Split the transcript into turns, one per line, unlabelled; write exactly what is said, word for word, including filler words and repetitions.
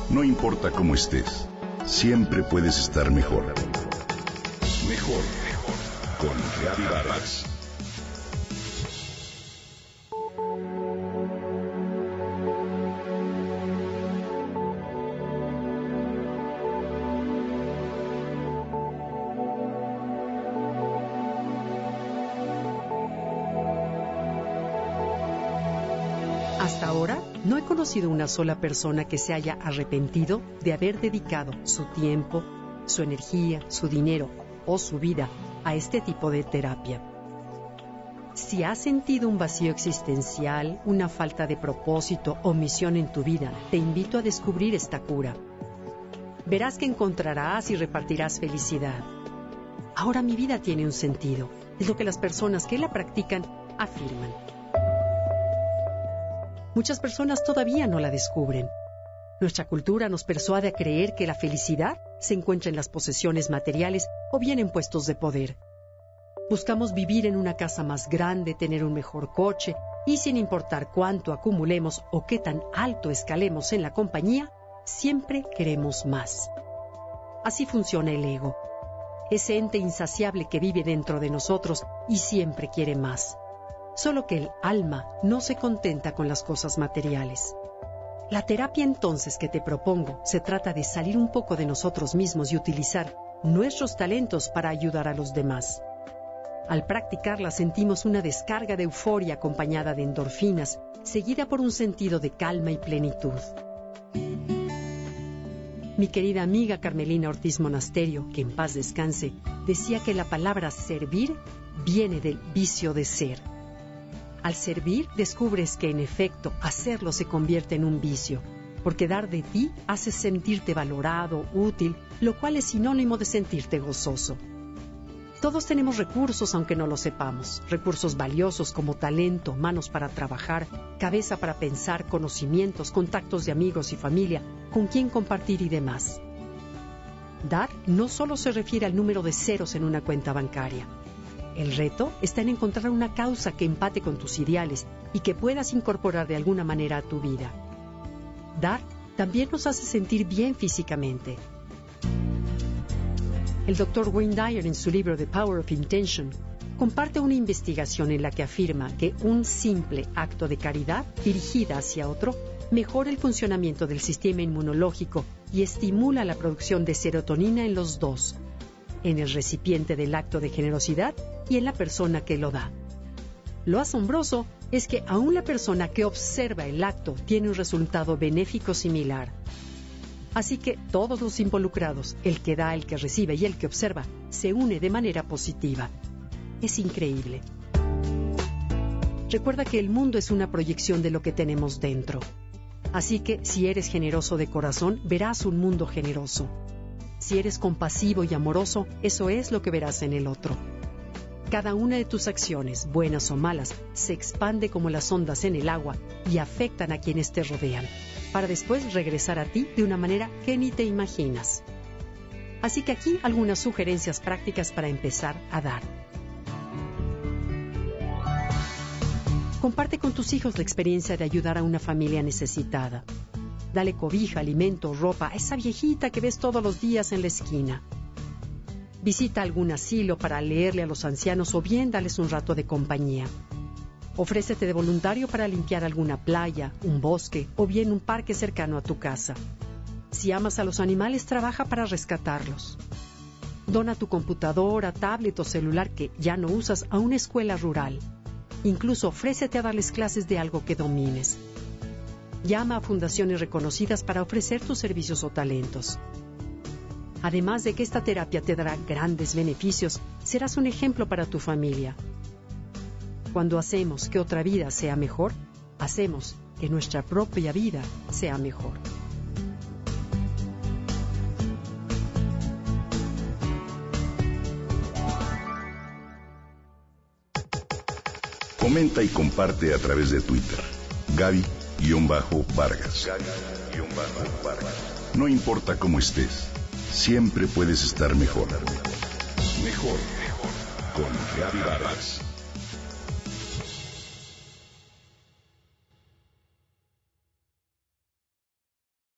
No importa cómo estés, siempre puedes estar mejor. Mejor, mejor. Con Gaby Vargas.
Hasta ahora, no he conocido una sola persona que se haya arrepentido de haber dedicado su tiempo, su energía, su dinero o su vida a este tipo de terapia. Si has sentido un vacío existencial, una falta de propósito o misión en tu vida, te invito a descubrir esta cura. Verás que encontrarás y repartirás felicidad. Ahora mi vida tiene un sentido, es lo que las personas que la practican afirman. Muchas personas todavía no la descubren. Nuestra cultura nos persuade a creer que la felicidad se encuentra en las posesiones materiales o bien en puestos de poder. Buscamos vivir en una casa más grande, tener un mejor coche y sin importar cuánto acumulemos o qué tan alto escalemos en la compañía, siempre queremos más. Así funciona el ego, ese ente insaciable que vive dentro de nosotros y siempre quiere más. Solo que el alma no se contenta con las cosas materiales. La terapia entonces que te propongo se trata de salir un poco de nosotros mismos y utilizar nuestros talentos para ayudar a los demás. Al practicarla sentimos una descarga de euforia acompañada de endorfinas, seguida por un sentido de calma y plenitud. Mi querida amiga Carmelina Ortiz Monasterio, que en paz descanse, decía que la palabra servir viene del vicio de ser. Al servir, descubres que, en efecto, hacerlo se convierte en un vicio, porque dar de ti hace sentirte valorado, útil, lo cual es sinónimo de sentirte gozoso. Todos tenemos recursos, aunque no lo sepamos, recursos valiosos como talento, manos para trabajar, cabeza para pensar, conocimientos, contactos de amigos y familia, con quien compartir y demás. Dar no solo se refiere al número de ceros en una cuenta bancaria. El reto está en encontrar una causa que empate con tus ideales y que puedas incorporar de alguna manera a tu vida. Dar también nos hace sentir bien físicamente. El doctor Wayne Dyer, en su libro The Power of Intention, comparte una investigación en la que afirma que un simple acto de caridad dirigida hacia otro mejora el funcionamiento del sistema inmunológico y estimula la producción de serotonina en los dos, en el recipiente del acto de generosidad y en la persona que lo da. Lo asombroso es que aún la persona que observa el acto tiene un resultado benéfico similar. Así que todos los involucrados, el que da, el que recibe y el que observa, se une de manera positiva. Es increíble. Recuerda que el mundo es una proyección de lo que tenemos dentro. Así que si eres generoso de corazón, verás un mundo generoso. Si eres compasivo y amoroso, eso es lo que verás en el otro. Cada una de tus acciones, buenas o malas, se expande como las ondas en el agua y afectan a quienes te rodean, para después regresar a ti de una manera que ni te imaginas. Así que aquí algunas sugerencias prácticas para empezar a dar. Comparte con tus hijos la experiencia de ayudar a una familia necesitada. Dale cobija, alimento, ropa a esa viejita que ves todos los días en la esquina. Visita algún asilo para leerle a los ancianos o bien dales un rato de compañía. Ofrécete de voluntario para limpiar alguna playa, un bosque o bien un parque cercano a tu casa. Si amas a los animales, trabaja para rescatarlos. Dona tu computadora, tablet o celular que ya no usas a una escuela rural. Incluso ofrécete a darles clases de algo que domines. Llama a fundaciones reconocidas para ofrecer tus servicios o talentos. Además de que esta terapia te dará grandes beneficios, serás un ejemplo para tu familia. Cuando hacemos que otra vida sea mejor, hacemos que nuestra propia vida sea mejor.
Comenta y comparte a través de Twitter. Gaby-Vargas. No importa cómo estés, siempre puedes estar mejor. Mejor, mejor. Con Gaby Vargas.